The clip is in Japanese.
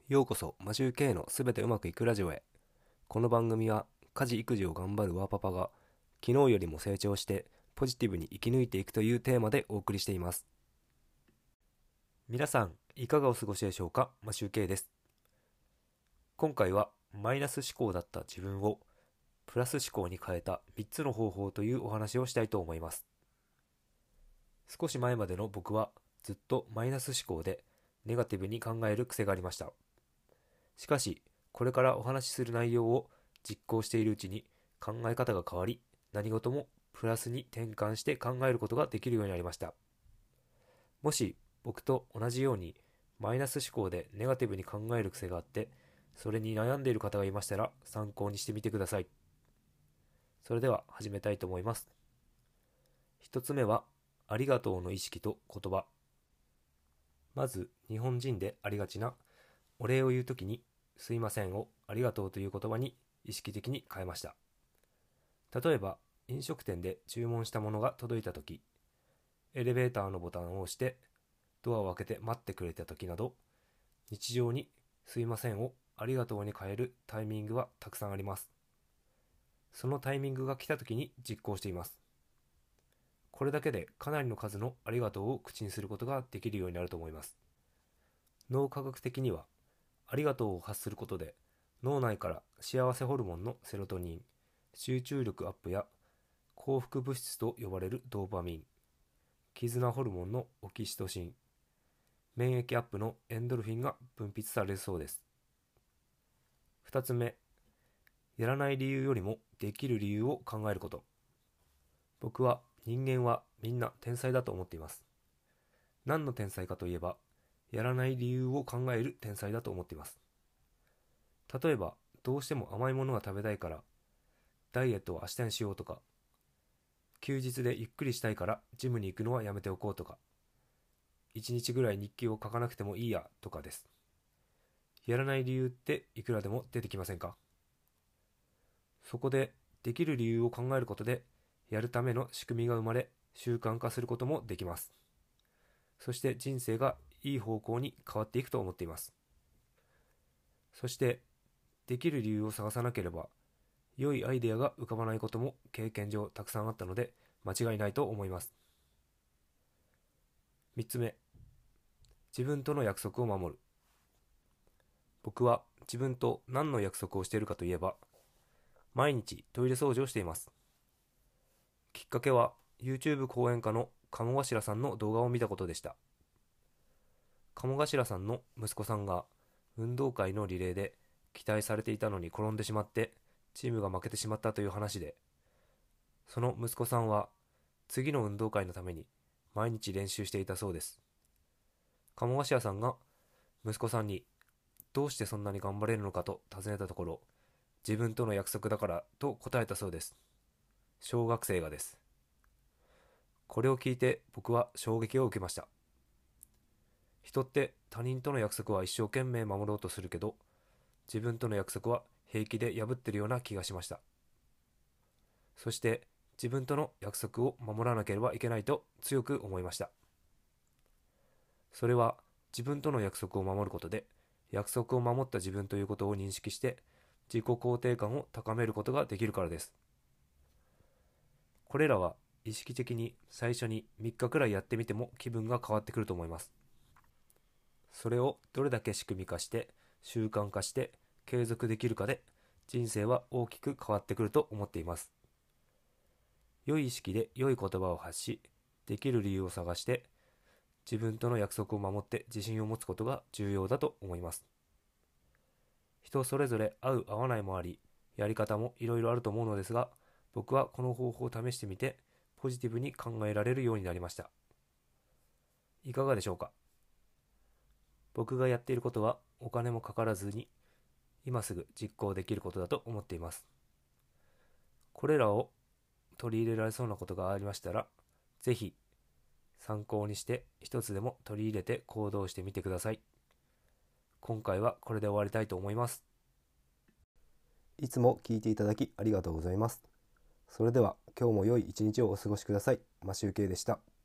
ようこそマジュー K のすべてうまくいくラジオへ。この番組は家事育児を頑張るワーパパが昨日よりも成長してポジティブに生き抜いていくというテーマでお送りしています。皆さんいかがお過ごしでしょうか。マジュー K です。今回はマイナス思考だった自分をプラス思考に変えた3つの方法というお話をしたいと思います。少し前までの僕はずっとマイナス思考でネガティブに考える癖がありました。しかし、これからお話しする内容を実行しているうちに考え方が変わり、何事もプラスに転換して考えることができるようになりました。もし僕と同じようにマイナス思考でネガティブに考える癖があって、それに悩んでいる方がいましたら参考にしてみてください。それでは始めたいと思います。一つ目は、ありがとうの意識と言葉。まず、日本人でありがちなお礼を言うときにすいませんをありがとうという言葉に意識的に変えました。例えば、飲食店で注文したものが届いたとき、エレベーターのボタンを押してドアを開けて待ってくれたときなど、日常にすいませんをありがとうに変えるタイミングはたくさんあります。そのタイミングが来たときに実行しています。これだけでかなりの数のありがとうを口にすることができるようになると思います。脳科学的には、ありがとうを発することで脳内から幸せホルモンのセロトニン、集中力アップや幸福物質と呼ばれるドーパミン、絆ホルモンのオキシトシン、免疫アップのエンドルフィンが分泌されるそうです。2つ目、やらない理由よりもできる理由を考えること。僕は人間はみんな天才だと思っています。何の天才かといえば、やらない理由を考える天才だと思っています。例えば、どうしても甘いものが食べたいからダイエットを明日にしようとか、休日でゆっくりしたいからジムに行くのはやめておこうとか、一日ぐらい日記を書かなくてもいいやとかです。やらない理由っていくらでも出てきませんか。そこでできる理由を考えることで、やるための仕組みが生まれ、習慣化することもできます。そして人生がいい方向に変わっていくと思っています。そして、できる理由を探さなければ、良いアイデアが浮かばないことも経験上たくさんあったので、間違いないと思います。3つ目、自分との約束を守る。僕は自分と何の約束をしているかといえば、毎日トイレ掃除をしています。きっかけは YouTube 講演家の鴨頭さんの動画を見たことでした。鴨頭さんの息子さんが運動会のリレーで期待されていたのに転んでしまってチームが負けてしまったという話で、その息子さんは次の運動会のために毎日練習していたそうです。鴨頭さんが息子さんにどうしてそんなに頑張れるのかと尋ねたところ、自分との約束だからと答えたそうです。小学生がです。これを聞いて僕は衝撃を受けました。人って他人との約束は一生懸命守ろうとするけど、自分との約束は平気で破ってるような気がしました。そして自分との約束を守らなければいけないと強く思いました。それは自分との約束を守ることで、約束を守った自分ということを認識して自己肯定感を高めることができるからです。これらは意識的に最初に3日くらいやってみても気分が変わってくると思います。それをどれだけ仕組み化して習慣化して継続できるかで人生は大きく変わってくると思っています。良い意識で良い言葉を発し、できる理由を探して自分との約束を守って自信を持つことが重要だと思います。人それぞれ合う合わないもあり、やり方もいろいろあると思うのですが、僕はこの方法を試してみてポジティブに考えられるようになりました。いかがでしょうか。僕がやっていることはお金もかからずに今すぐ実行できることだと思っています。これらを取り入れられそうなことがありましたら、ぜひ参考にして一つでも取り入れて行動してみてください。今回はこれで終わりたいと思います。いつも聞いていただきありがとうございます。それでは今日も良い一日をお過ごしください。マシュウケイでした。